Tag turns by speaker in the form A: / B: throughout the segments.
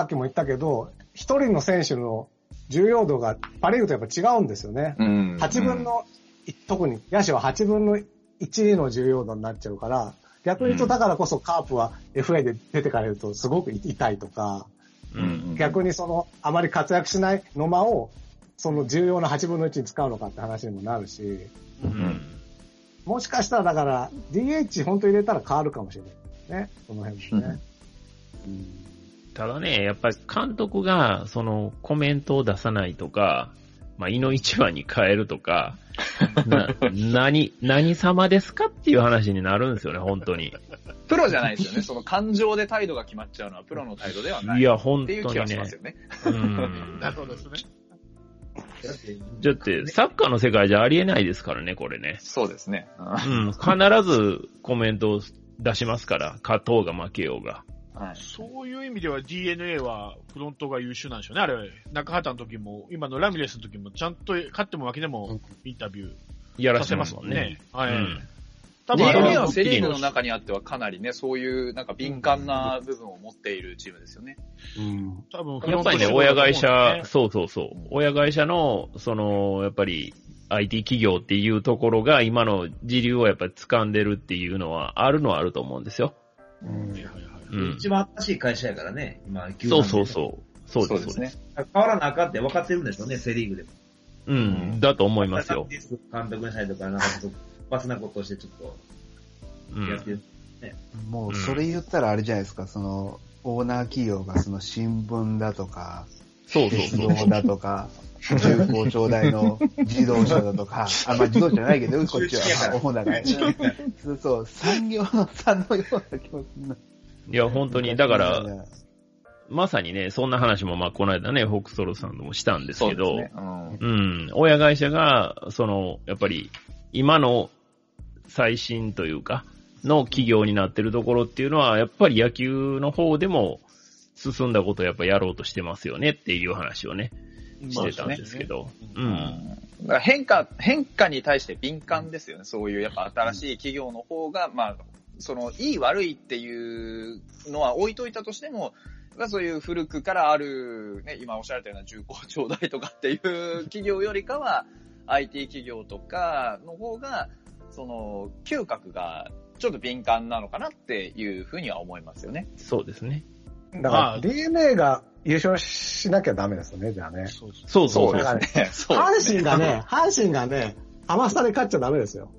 A: さっきも言ったけど、一人の選手の重要度がパリーグとやっぱ違うんですよね。8分の、特に野手は8分の1の重要度になっちゃうから、逆に言うとだからこそカープは FA で出てかれるとすごく痛いとか、逆にあまり活躍しない野間を、その重要な8分の1に使うのかって話にもなるし、もしかしたらだから DH 本当入れたら変わるかもしれないね、その辺もね。
B: ただね、やっぱり監督がそのコメントを出さないとか、まあ、井の一番に変えるとか、何様ですかっていう話になるんですよね、本当に。
C: プロじゃないですよね。その感情で態度が決まっちゃうのはプロの態度ではない。
B: いや、本当にね。
C: っていう気はしますよね。
D: そうですね。
B: だって、サッカーの世界じゃありえないですからね、これね。
C: そうですね。
B: 必ずコメントを出しますから、勝とうが負けようが。
D: はい、そういう意味では DNA はフロントが優秀なんでしょうね。あれ、中畑の時も、今のラミレスの時も、ちゃんと勝っても負けてもインタビュー
B: やらせますもんね。
D: はい。
C: 多分 DNA はセリーグの中にあってはかなりね、そういうなんか敏感な部分を持っているチームですよね。
D: 多分
B: やっぱりね、親会社、そう。親会社の、やっぱり IT 企業っていうところが今の時流をやっぱり掴んでるっていうのはあると思うんですよ。
E: 一番新しい会社やからね、今、
B: そうですね。
E: 変わらなあかんって分かってるんでしょうね、セリーグでも。
B: だと思いますよ。
E: 監督にしたりとか、なんかちょっと、罰なことをしてちょっと、やってる、ね。
F: もう、それ言ったらあれじゃないですか、オーナー企業が新聞だとか、鉄道だとか、重工長大の自動車だとか、自動車じゃないけど、こっちは、オーナーが。そう、産業の産のような気もするな。
B: いや、本当に、だから、まさにね、そんな話もこの間ね、ホークストローさんともしたんですけど、親会社が、やっぱり、今の最新というか、の企業になってるところっていうのは、やっぱり野球の方でも進んだことをやっぱやろうとしてますよねっていう話をね、してたんですけど。
C: だから変化に対して敏感ですよね。そういうやっぱ新しい企業の方が、いい悪いっていうのは置いといたとしても、そういう古くからある、ね、今おっしゃられたような重工長大とかっていう企業よりかは、IT 企業とかの方が、嗅覚がちょっと敏感なのかなっていうふうには思いますよね。
B: そうですね。
A: だから DNA が優勝しなきゃダメですよね、じゃあね。
B: そうです
A: ね。阪神がね、ハマスタで勝っちゃダメですよ。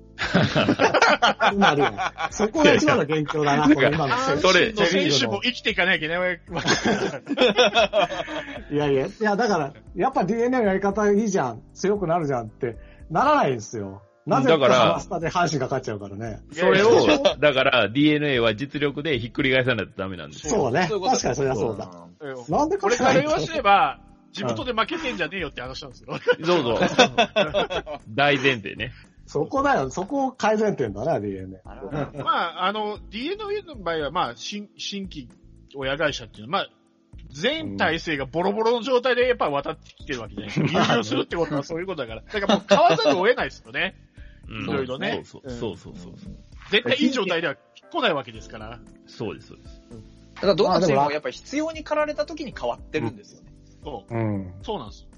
A: そこが一番の元凶だな、この今の
D: 選手も生きていかなきゃいけないわけ。
A: いや、だから、やっぱ DNA のやり方いいじゃん、強くなるじゃんってならないんですよ。なぜかハマスタで阪神が勝っちゃうからね。
B: それを、だから DNA は実力でひっくり返さないとダメなんですよ。
A: そうね。確かにそれはそうだ。なんで
D: これから言わせれば、地元で負けてんじゃねえよって話なんですよ。
B: どうぞ。大前提ね。
A: そこだよ。そこを改善点だな、DNA。
D: DNA の場合は、新規親会社っていうのは、全体制がボロボロの状態でやっぱ渡ってきてるわけじゃないですか。優勝するってことはそういうことだから。だからもう買わざるを得ないですよね。いろいろね。
B: そう。
D: 絶対いい状態では来ないわけですから。
B: そうです。
C: だからどのチームもやっぱり必要に駆られた時に変わってるんですよね。
D: そうなんです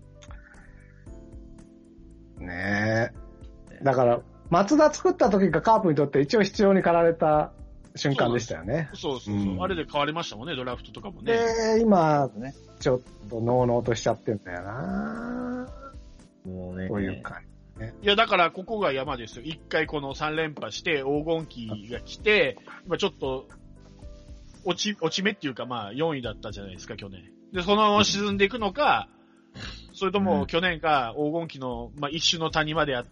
A: よ。ねえ。だから、松田作った時がカープにとって一応必要に駆られた瞬間でしたよね。
D: そう。あれで変わりましたもんね、ドラフトとかもね。
A: で、今、ちょっとノーノーとしちゃってんだよな。
E: もうね。
A: そういう感じ。
D: いや、だからここが山ですよ。一回この3連覇して黄金期が来て、今ちょっと落ち目っていうか4位だったじゃないですか、去年。で、そのまま沈んでいくのか、それとも去年か黄金期の一種の谷までやって、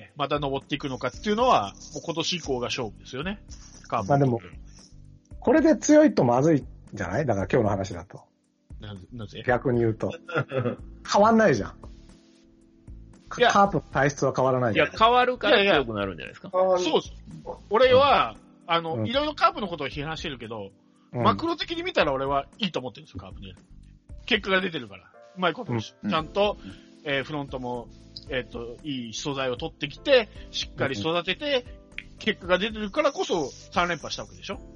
D: また登っていくのかっていうのは、もう今年以降が勝負ですよね。カープ。
A: でも、これで強いとまずいんじゃない？だから今日の話だと。
D: なぜ？
A: 逆に言うと。変わんないじゃん。カープの体質は変わらないじゃん。
B: いや、変わるから強くなるんじゃないですか。
D: そうです。俺は、いろいろカープのことを批判してるけど、マクロ的に見たら俺はいいと思ってるんですよ、カープに。結果が出てるから。うまいこと、ちゃんと、フロントも、いい素材を取ってきて、しっかり育てて、結果が出てるからこそ3連覇したわけでしょ？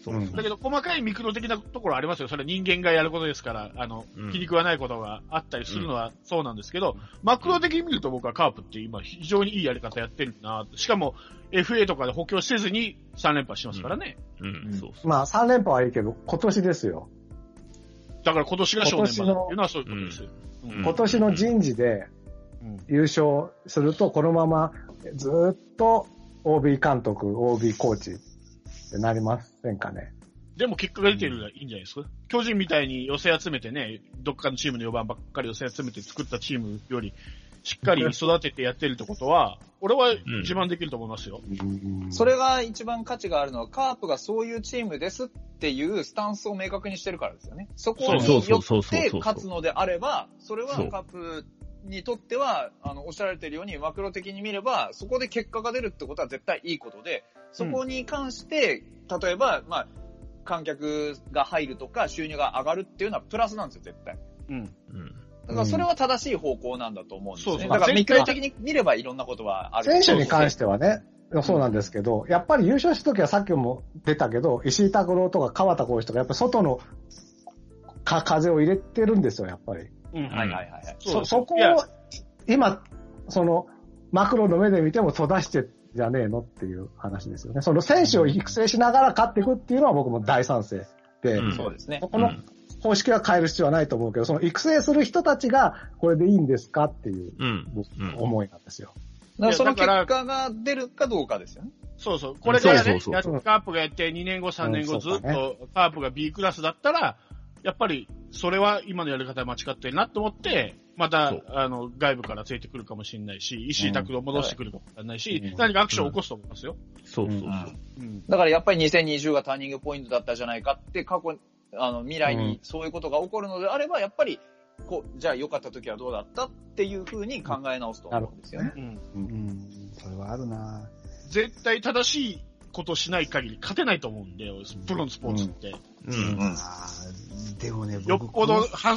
D: だけど、細かいミクロ的なところありますよ。それは人間がやることですから、気に食わないことがあったりするのはそうなんですけど、マクロ的に見ると僕はカープって今非常にいいやり方やってるな。しかも、FA とかで補強せずに3連覇しますからね。
A: まあ3連覇はいいけど、今年ですよ。
D: だから今年が正念場っていうのはそういうことです。
A: 今年の人事で優勝すると、このままずっと OB 監督、OB コーチってなりませんかね。
D: でも結果が出てるのがいいんじゃないですか。巨人みたいに寄せ集めてね、どっかのチームの4番ばっかり寄せ集めて作ったチームより、しっかり育ててやってるってことは、俺は自慢できると思いますよ。
C: それが一番価値があるのは、カープがそういうチームですっていうスタンスを明確にしてるからですよね。そこによって勝つのであれば、それはカープにとっては、おっしゃられているように、マクロ的に見れば、そこで結果が出るってことは絶対いいことで、そこに関して、例えば、まあ、観客が入るとか収入が上がるっていうのはプラスなんですよ、絶対。だからそれは正しい方向なんだと思うんですね。だからミクロ的に見ればいろんなことはある。
A: 選手に関してはね、そうなんですけど、やっぱり優勝した時はさっきも出たけど、石井拓郎とか川田コーチとか、やっぱり外の風を入れてるんですよ、やっぱり。そこを、今、マクロの目で見ても閉ざしてじゃねえのっていう話ですよね。その選手を育成しながら勝っていくっていうのは僕も大賛成で、
C: そうですね。
A: この方式は変える必要はないと思うけど、その育成する人たちがこれでいいんですかっていう思いなんですよ。
C: だからその結果が出るかどうかですよね。
D: そうそう。これからね、カープがやって2年後、3年後ずっとカープが B クラスだったら、やっぱりそれは今のやり方は間違ってるなと思って、また、外部からついてくるかもしれないし、石井拓郎を戻してくるかもしれないし、何かアクションを起こすと思いますよ。
C: だからやっぱり2020がターニングポイントだったじゃないかって、過去、未来にそういうことが起こるのであれば、やっぱり、じゃあ良かった時はどうだったっていう風に考え直すと思うんですよね。
F: それはあるな。
D: 絶対正しいことしない限り勝てないと思うんで、プロのスポーツって。
F: でもね、
D: よっぽど、はいはい。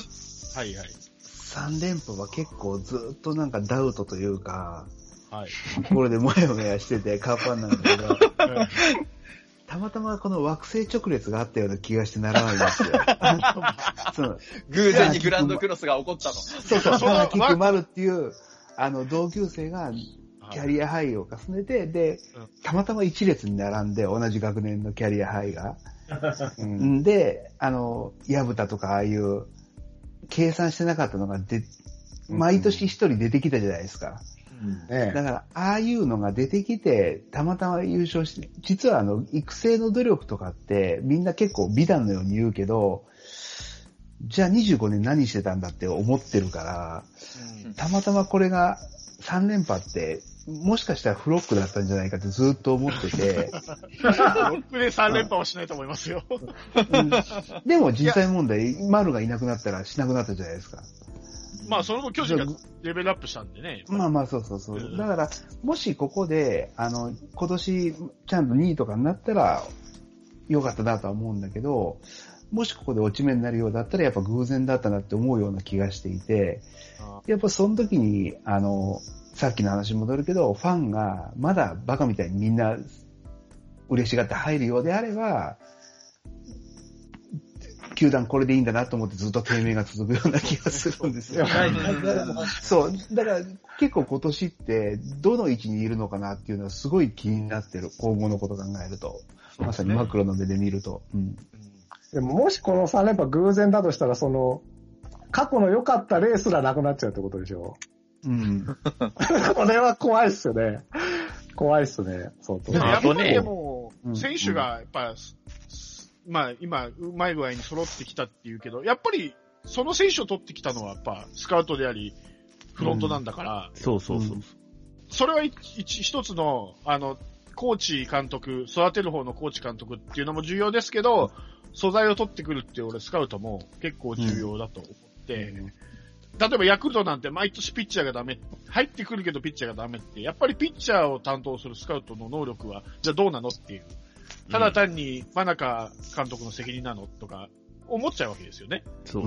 F: 3連覇は結構ずっとなんかダウトというか、これでもやもやしててカープファンなんだけど、たまたまこの惑星直列があったような気がしてならないんですよ。
C: 偶然にグランドクロスが起こったの。
F: そうそう、そのキクマルっていう、同級生がキャリアハイを重ねて、で、たまたま一列に並んで、同じ学年のキャリアハイが。で、矢蓋とかああいう、計算してなかったのが毎年一人出てきたじゃないですか。だから、ああいうのが出てきて、たまたま優勝して、実は育成の努力とかって、みんな結構美談のように言うけど、じゃあ25年何してたんだって思ってるから、たまたまこれが3連覇って、もしかしたらフロックだったんじゃないかってずっと思ってて。
D: フロックで3連覇はしないと思いますよ。
F: でも実際問題、丸がいなくなったらしなくなったじゃないですか。
D: まあ、その後、巨人がレベルアップしたんでね。
F: まあ、そう。だから、もしここで、今年、ちゃんと2位とかになったら、良かったなとは思うんだけど、もしここで落ち目になるようだったら、やっぱ偶然だったなって思うような気がしていて、やっぱその時に、さっきの話に戻るけど、ファンがまだバカみたいにみんな嬉しがって入るようであれば、球団これでいいんだなと思ってずっと低迷が続くような気がするんですよ。そう。だから結構今年ってどの位置にいるのかなっていうのはすごい気になってる。今後のことを考えると。まさにマクロの目で見ると。
A: でももしこの3連覇偶然だとしたら、過去の良かったレースがなくなっちゃうってことでしょ。これは怖いっすよね。怖いっすね。相当。
D: やっぱりでも、選手がやっぱ、まあ今、うまい具合に揃ってきたっていうけど、やっぱり、その選手を取ってきたのはやっぱ、スカウトであり、フロントなんだから、
B: そう。
D: それは一つの、コーチ監督、育てる方のコーチ監督っていうのも重要ですけど、素材を取ってくるっていう俺、スカウトも結構重要だと思って、例えばヤクルトなんて毎年ピッチャーがダメ、入ってくるけどピッチャーがダメって、やっぱりピッチャーを担当するスカウトの能力は、じゃあどうなのっていう。ただ単に真中監督の責任なのとか思っちゃうわけですよね。
B: そう。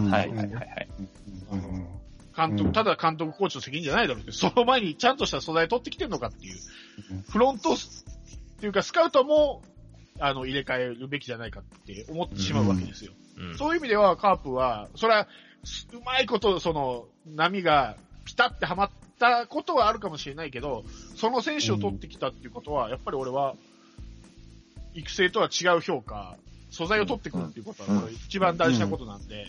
D: ただ監督コーチの責任じゃないだろうって、その前にちゃんとした素材取ってきてるのかっていう。フロントっていうかスカウトも入れ替えるべきじゃないかって思ってしまうわけですよ。そういう意味では、カープは、それは、うまいこと、波がピタってはまったことはあるかもしれないけど、その選手を取ってきたっていうことは、やっぱり俺は、育成とは違う評価、素材を取ってくるっていうことは、これ一番大事なことなんで。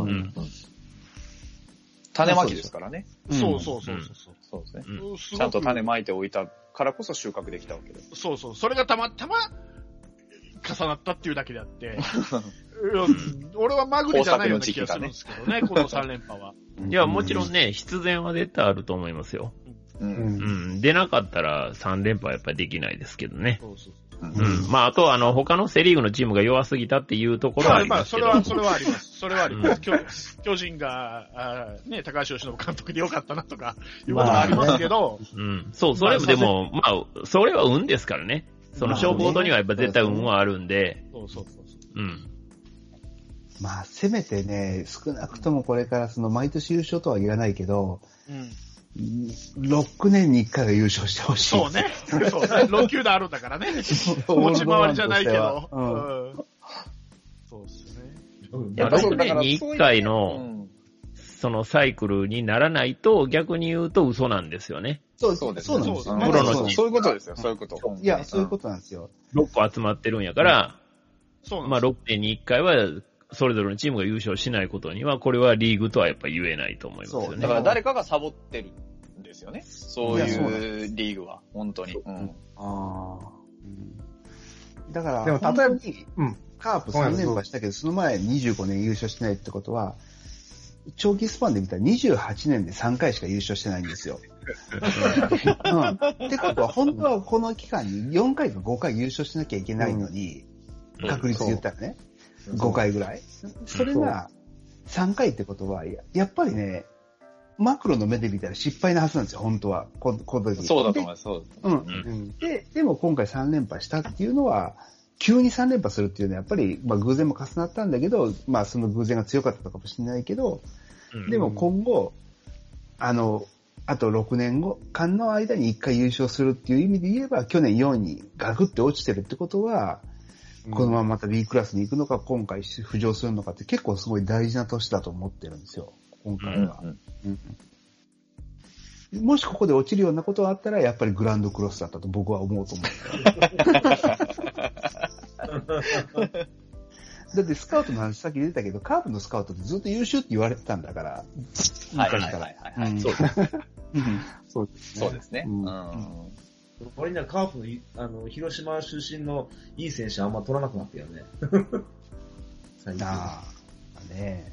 C: 種まきですからね。
D: そう。
C: そうですね。ちゃんと種まいておいたからこそ収穫できたわけです。
D: そう。それがたまたま重なったっていうだけであって、俺はまぐれじゃないような気がするんですけどね、この3連覇は。
B: いや、もちろんね、必然は絶対あると思いますよ。出なかったら3連覇はやっぱりできないですけどね。まあ、あと他のセリーグのチームが弱すぎたっていうところはありますけど。
D: それはあります。それはあります。巨人が、高橋由伸監督でよかったなとか、いうことはありますけど。
B: そう、それもでも、まあ、それは運ですからね。その勝負ごとにはやっぱ絶対運はあるんで。
F: まあ、せめてね、少なくともこれから毎年優勝とは言わないけど、6年に1回が優勝してほしい。
D: そうね。6球団あるんだからね。持ち回りじゃないけど。そうですね。
B: やっぱ6年に1回の、そのサイクルにならないと、逆に言うと嘘なんですよね。
C: そうです。そういうことですよ、そういうこと。
F: いや、そういうことなんですよ。
B: 6個集まってるんやから、まあ6年に1回は、それぞれのチームが優勝しないことには、これはリーグとはやっぱ言えないと思いますよね。
C: だから誰かがサボってるんですよね。そういうリーグは、本当に。
F: だから、でも例えば、カープ3連覇したけど、その前25年優勝してないってことは、長期スパンで見たら28年で3回しか優勝してないんですよ。ってことは、本当はこの期間に4回か5回優勝しなきゃいけないのに、確率で言ったらね。5回ぐらい。それが3回ってことは、やっぱりね、マクロの目で見たら失敗なはずなんですよ、本当は。
C: そうだと思います。
F: でも今回3連覇したっていうのは、急に3連覇するっていうのはやっぱり、まあ偶然も重なったんだけど、まあその偶然が強かったのかもしれないけど、でも今後、あと6年後間の間に1回優勝するっていう意味で言えば、去年4位にガクって落ちてるってことは、このまままた B クラスに行くのか、今回浮上するのかって結構すごい大事な年だと思ってるんですよ、今回は。もしここで落ちるようなことがあったら、やっぱりグランドクロスだったと僕は思うと思う。だってスカウトの話さっき出たけど、カープのスカウトってずっと優秀って言われてたんだから。
C: そうですね。
E: 割にはカープの広島出身のいい選手あんま取らなくなったよね。最近。
F: ね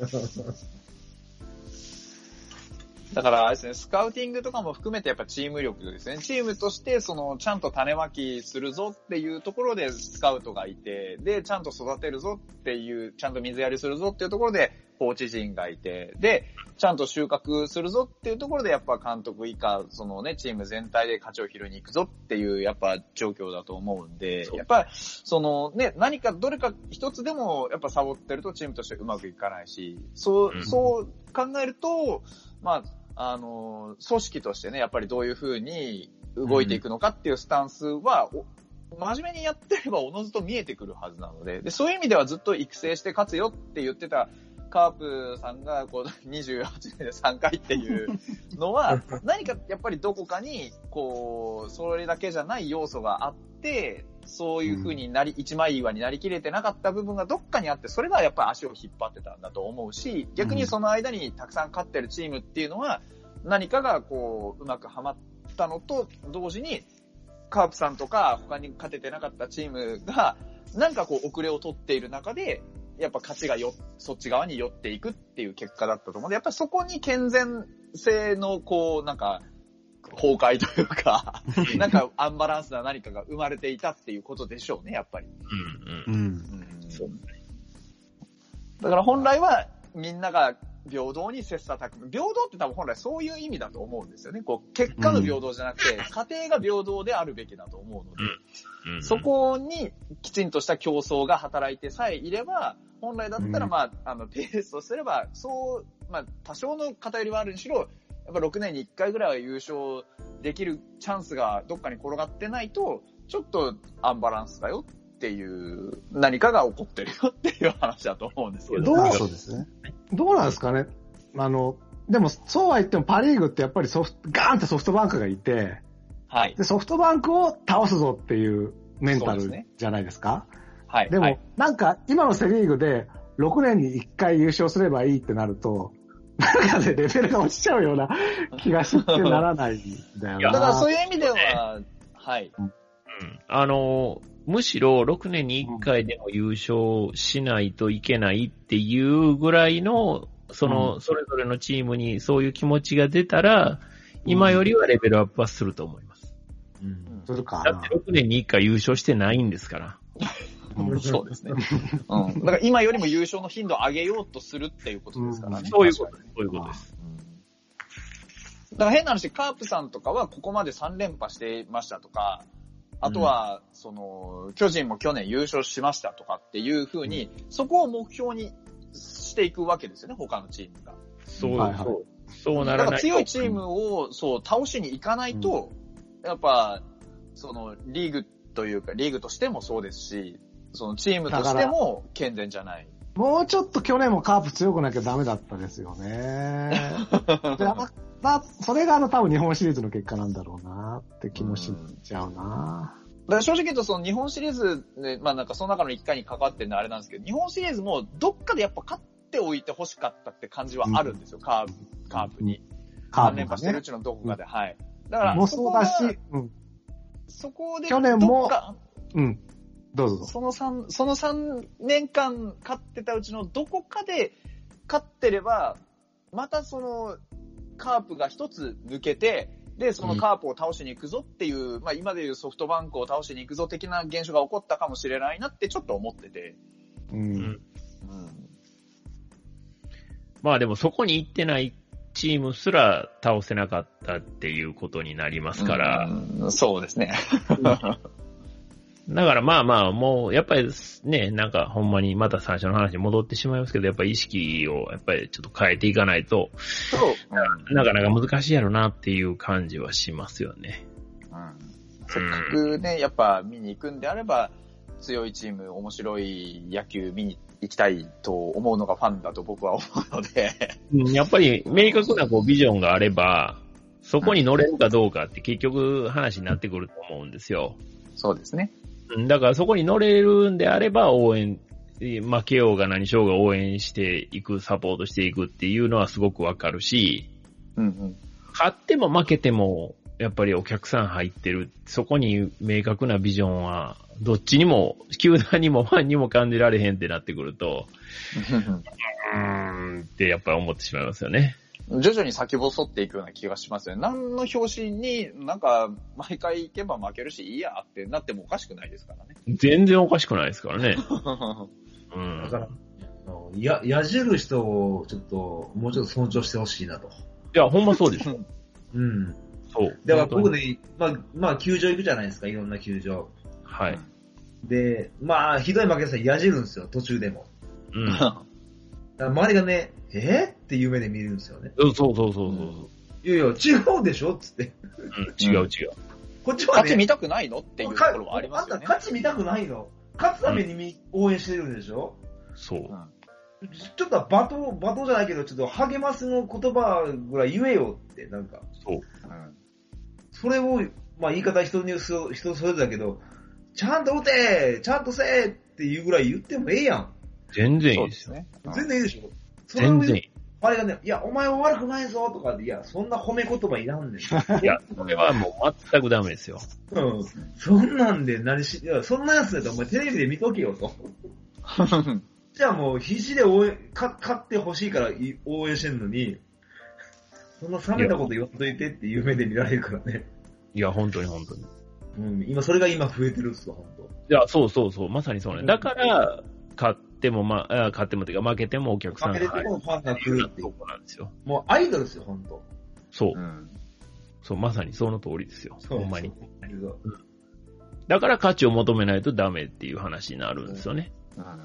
C: だからあれですね、スカウティングとかも含めてやっぱチーム力ですね。チームとしてちゃんと種まきするぞっていうところでスカウトがいて、で、ちゃんと育てるぞっていう、ちゃんと水やりするぞっていうところでコーチ陣がいて、で、ちゃんと収穫するぞっていうところでやっぱ監督以下、チーム全体で勝ちを拾いに行くぞっていうやっぱ状況だと思うんで、やっぱ何かどれか一つでもやっぱサボってるとチームとしてうまくいかないし、そう考えると、まあ、組織としてね、やっぱりどういう風に動いていくのかっていうスタンスは、真面目にやってればおのずと見えてくるはずなので、そういう意味ではずっと育成して勝つよって言ってたカープさんが28年で3回っていうのは、何かやっぱりどこかに、それだけじゃない要素があって、そういう風に一枚岩になりきれてなかった部分がどっかにあって、それがやっぱり足を引っ張ってたんだと思うし、逆にその間にたくさん勝ってるチームっていうのは、何かがうまくはまったのと同時に、カープさんとか他に勝ててなかったチームが、なんか遅れを取っている中で、やっぱ勝ちがそっち側に寄っていくっていう結果だったと思うので、やっぱりそこに健全性のなんか、崩壊というか、なんかアンバランスな何かが生まれていたっていうことでしょうね、やっぱり。そうだから本来はみんなが平等に切磋琢磨。平等って多分本来そういう意味だと思うんですよね。結果の平等じゃなくて、家庭が平等であるべきだと思うので、そこにきちんとした競争が働いてさえいれば、本来だったらペースとすれば、多少の偏りはあるにしろ、やっぱ6年に1回ぐらいは優勝できるチャンスがどっかに転がってないと、ちょっとアンバランスだよっっていう何かが起こってるよっていう話だと思うんですけど。
F: そうですね。
A: どうなんですかね。でもそうは言ってもパリーグってやっぱりガーンってソフトバンクがいて、
C: はい。
A: で、ソフトバンクを倒すぞっていうメンタルじゃないですか。
C: はい。
A: でも、なんか今のセリーグで6年に1回優勝すればいいってなると、なんかね、レベルが落ちちゃうような気がしてならないんだよな。
C: だからそういう意味では、はい。
B: むしろ6年に1回でも優勝しないといけないっていうぐらいの、それぞれのチームにそういう気持ちが出たら、今よりはレベルアップはすると思います。
A: するか。
B: だって6年に1回優勝してないんですから。
C: そうですね。だから今よりも優勝の頻度を上げようとするっていうことですからね。
B: そういうことです。そういうことです。
C: だから変な話、カープさんとかはここまで3連覇していましたとか、あとは、巨人も去年優勝しましたとかっていう風に、そこを目標にしていくわけですよね、他のチームが。
B: そうならないと。
C: だから強いチームを、倒しに行かないと、やっぱ、リーグというか、リーグとしてもそうですし、チームとしても健全じゃない。
A: もうちょっと去年もカープ強くなきゃダメだったですよね。それが多分日本シリーズの結果なんだろうなって気もしちゃうな。
C: だから正直言うと日本シリーズで、なんかその中の1回に関わってるのはあれなんですけど、日本シリーズもどっかでやっぱ勝っておいて欲しかったって感じはあるんですよ、カープに。3連覇してるうちのどこかで、はい。だから、
A: もうそうだし、
C: そこで、
A: 去年も、どうぞ。
C: その3年間勝ってたうちのどこかで勝ってれば、またカープが一つ抜けて、で、そのカープを倒しに行くぞっていう、今でいうソフトバンクを倒しに行くぞ的な現象が起こったかもしれないなってちょっと思ってて。
B: まあでもそこに行ってないチームすら倒せなかったっていうことになりますから。
C: そうですね。
B: だからもう、やっぱりね、なんかほんまにまた最初の話に戻ってしまいますけど、やっぱり意識をやっぱりちょっと変えていかないと、なかなか難しいやろなっていう感じはしますよね。
C: せっかくね、やっぱ見に行くんであれば、強いチーム、面白い野球見に行きたいと思うのがファンだと僕は思うので。
B: やっぱり明確なビジョンがあれば、そこに乗れるかどうかって結局話になってくると思うんですよ。
C: そうですね。
B: だからそこに乗れるんであれば負けようが何しようが応援していく、サポートしていくっていうのはすごくわかるし、勝っても負けてもやっぱりお客さん入ってる、そこに明確なビジョンはどっちにも、球団にもファンにも感じられへんってなってくると、ってやっぱり思ってしまいますよね。
C: 徐々に先細っていくような気がしますよね。何の表紙になんか毎回行けば負けるしいいやってなってもおかしくないですからね。
B: 全然おかしくないですからね。
E: だから、矢印をちょっと、もうちょっと尊重してほしいなと。
B: いや、ほんまそうですよ。そう。
E: だから僕ね、球場行くじゃないですか、いろんな球場。
B: はい。
E: で、ひどい負けさ矢印るんですよ、途中でも。周りがね、っていう目で見るんですよね。
B: そう。
E: いやいや、違うでしょつって。
B: 違う。
C: こっちはね、勝ち見たくないのっていうところはありますよね。
E: あんた勝ち見たくないの？勝つために応援してるんでしょ？
B: そう。
E: ちょっと罵倒じゃないけど、ちょっと励ますの言葉ぐらい言えよって、なんか。
B: そう。
E: それを、言い方人それぞれだけど、ちゃんと打てちゃんとせえっていうぐらい言ってもええやん。
B: 全然いいですね。
E: 全然いいでしょ。
B: 全然いい。
E: あれがね、いや、お前は悪くないぞとかで、いや、そんな褒め言葉いらんねん。
B: いや、それはもう全くダメですよ。
E: そんなんでいや、そんなやつだとお前テレビで見とけよと。じゃあもう必死で勝ってほしいから応援してんのに、そんな冷めたこと言わんといてっていう目で見られるからね。
B: いや、本当に。
E: それが今増えてるっすわ、本当。
B: いや、そう、まさにそうね。だから、勝ってもっていうか負けてもお客さんが
E: 負けてもファンが来るっていう。
B: そうなんですよ。
E: もうアイドルですよ、本当。
B: そう。そう、まさにその通りですよ。ほんまに。だから価値を求めないとダメっていう話になるんですよね。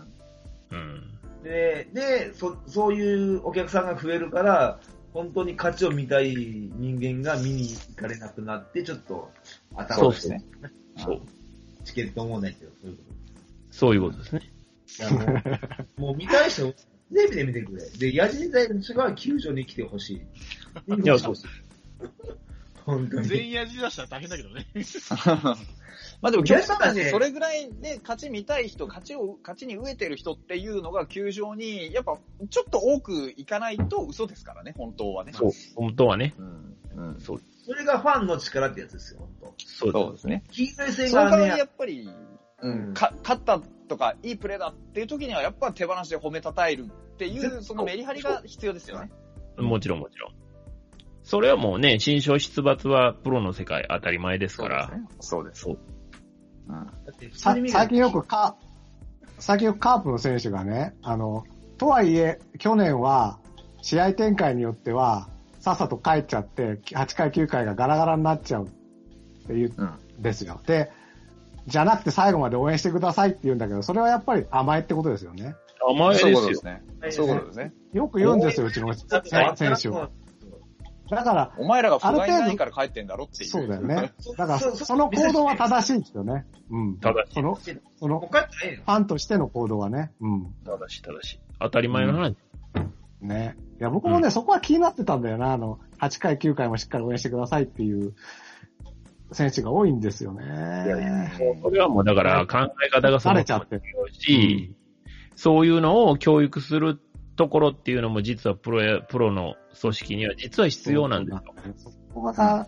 E: で、そういうお客さんが増えるから、本当に価値を見たい人間が見に行かれなくなって、ちょっと頭をですね。
B: そう。
E: チケットもないけど、そういうこ
B: そういうことですね。
E: もう見たい人、テレビで見てくれ。で、ヤジ選手が球場に来てほしい。
B: いや、そうです。
E: 本当に。
D: 全員ヤジ出したら大変だけどね。
C: まあでも、極端な話、それぐらいで勝ち見たい人、勝ちに飢えてる人っていうのが球場に、やっぱ、ちょっと多く行かないと嘘ですからね、本当はね。
B: そう、本当はね。
E: そう。それがファンの力ってやつですよ、本当。
C: そうですね。
E: 黄色い線
C: がね。そこからやっぱり、勝ったとか、いいプレーだっていう時には、やっぱ手放しで褒めたたえるっていう、そのメリハリが必要ですよね。
B: もちろん。それはもうね、新章出伐はプロの世界当たり前ですから。
C: そうです。
A: 最近よくカープの選手がね、とはいえ、去年は試合展開によっては、さっさと帰っちゃって、8回9回がガラガラになっちゃうって言うんですよ。で、じゃなくて最後まで応援してくださいって言うんだけど、それはやっぱり甘えってことですよね。
B: 甘えですよ。
C: そうですね。そういうことですね。
A: よく言うんですよ、うちの選手は。だから、
C: お前らが不甲斐ないから帰ってんだろっていう。
A: そうだよね。だから、その行動は正しいんですよね。
B: 正しい。
A: その、ファンとしての行動はね。
B: 正しい。当たり前の話。
A: ね。いや、僕もね、そこは気になってたんだよな。8回、9回もしっかり応援してくださいっていう選手が多いんですよね。
B: これはもうだから考え方が
A: それちゃってる
B: し、そういうのを教育するところっていうのも実はプロの組織には実は必要なんですよ。
A: そこが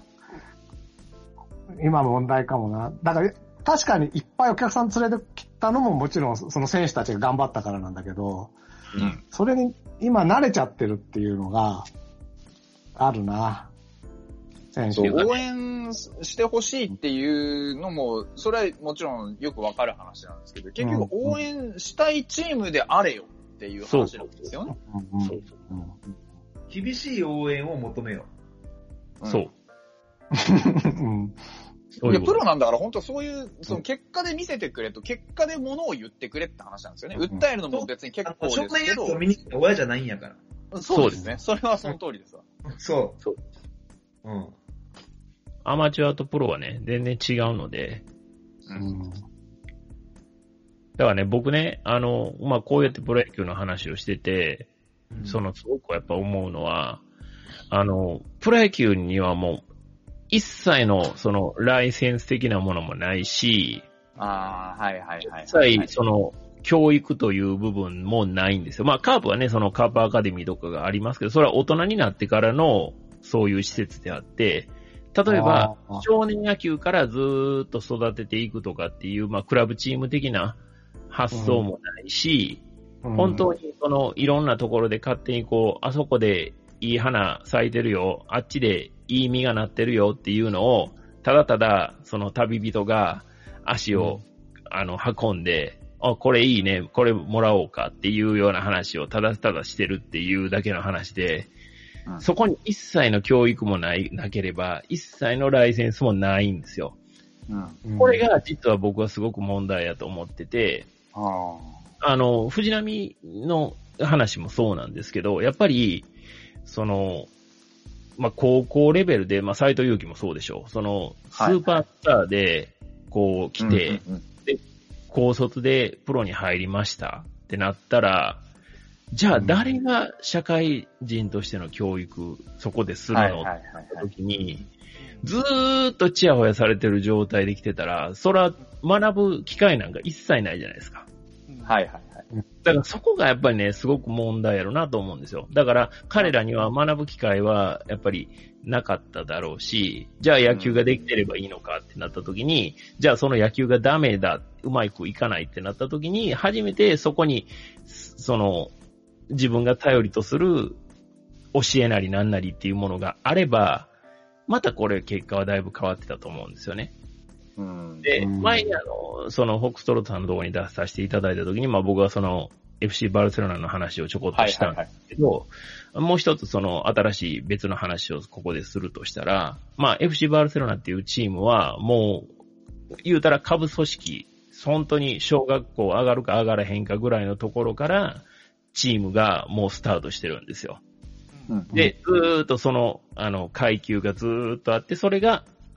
A: 今問題かもな。だから確かにいっぱいお客さん連れてきたのももちろんその選手たちが頑張ったからなんだけど、それに今慣れちゃってるっていうのがあるな。選手
C: 応援してほしいっていうのも、それはもちろんよくわかる話なんですけど、結局応援したいチームであれよっていう話なんですよね。
E: 厳しい応援を求めよ
B: う。そう。
C: いや、プロなんだから本当そういう、その結果で見せてくれと、結果で物を言ってくれって話なんですよね。訴えるのも別に結構ですけど。
E: 少年野球を見に来た親じゃないんやから。
C: そうですね。それはその通りですわ。
E: そう。
B: アマチュアとプロはね、全然違うので。だからね、僕ね、こうやってプロ野球の話をしてて、すごくやっぱ思うのは、プロ野球にはもう、一切の、ライセンス的なものもないし、一切、教育という部分もないんですよ。カープはね、カープアカデミーとかがありますけど、それは大人になってからの、そういう施設であって、例えば、少年野球からずーっと育てていくとかっていう、クラブチーム的な発想もないし、本当にいろんなところで勝手にあそこでいい花咲いてるよ、あっちでいい実がなってるよっていうのを、ただただ、旅人が足を、運んで、これいいね、これもらおうかっていうような話をただただしてるっていうだけの話で、そこに一切の教育もなければ、一切のライセンスもないんですよ。これが実は僕はすごく問題だと思ってて、藤波の話もそうなんですけど、やっぱり、高校レベルで、斎藤佑樹もそうでしょう。スーパースターで、来て、で、高卒でプロに入りましたってなったら、じゃあ誰が社会人としての教育、そこでするのって時に、ずーっとチヤホヤされてる状態で来てたら、そら学ぶ機会なんか一切ないじゃないですか。だからそこがやっぱりね、すごく問題やろなと思うんですよ。だから彼らには学ぶ機会はやっぱりなかっただろうし、じゃあ野球ができてればいいのかってなった時に、じゃあその野球がダメだ、うまくいかないってなった時に、初めてそこに、自分が頼りとする教えなりなんなりっていうものがあれば、またこれ結果はだいぶ変わってたと思うんですよね。で、前にホックストロットさんのところに出させていただいたときに、僕はFC バルセロナの話をちょこっとしたんですけど、もう一つ新しい別の話をここでするとしたら、FC バルセロナっていうチームはもう、言うたら下部組織、本当に小学校上がるか上がらへんかぐらいのところから、チームがもうスタートしてるんですよ。で、ずーっと階級がずーっとあって、それが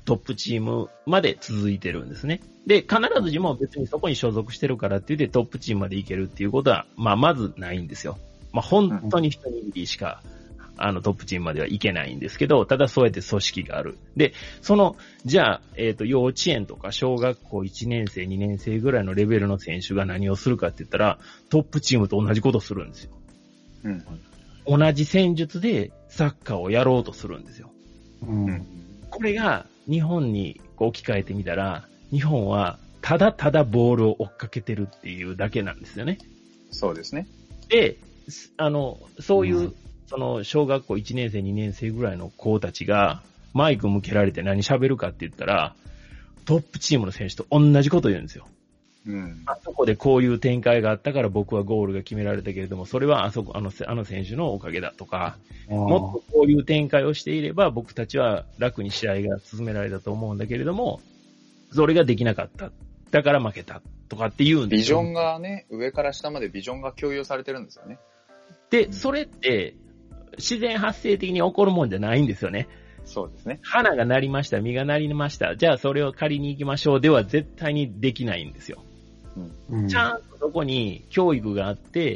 B: トップチームまで続いてるんですね。で、必ずしも別にそこに所属してるからって言ってトップチームまで行けるっていうことは、まずないんですよ。本当に一握りしか、トップチームまでは行けないんですけど、ただそうやって組織がある。で、じゃあ、幼稚園とか小学校1年生、2年生ぐらいのレベルの選手が何をするかって言ったら、トップチームと同じことするんですよ。同じ戦術でサッカーをやろうとするんですよ。これが日本に置き換えてみたら、日本はただただボールを追っかけてるっていうだけなんですよね。
C: そうですね。
B: で、そういう、小学校1年生、2年生ぐらいの子たちが、マイク向けられて何喋るかって言ったら、トップチームの選手と同じこと言うんですよ。あそこでこういう展開があったから僕はゴールが決められたけれども、それはあの選手のおかげだとか、もっとこういう展開をしていれば僕たちは楽に試合が進められたと思うんだけれども、それができなかった。だから負けたとかっていうんですよ。
C: ビジョンがね、上から下までビジョンが共有されてるんですよね。
B: で、それって自然発生的に起こるもんじゃないんですよね。
C: そうですね。
B: 花が鳴りました、実がなりました。じゃあそれを借りに行きましょうでは絶対にできないんですよ。ちゃんとそこに教育があって、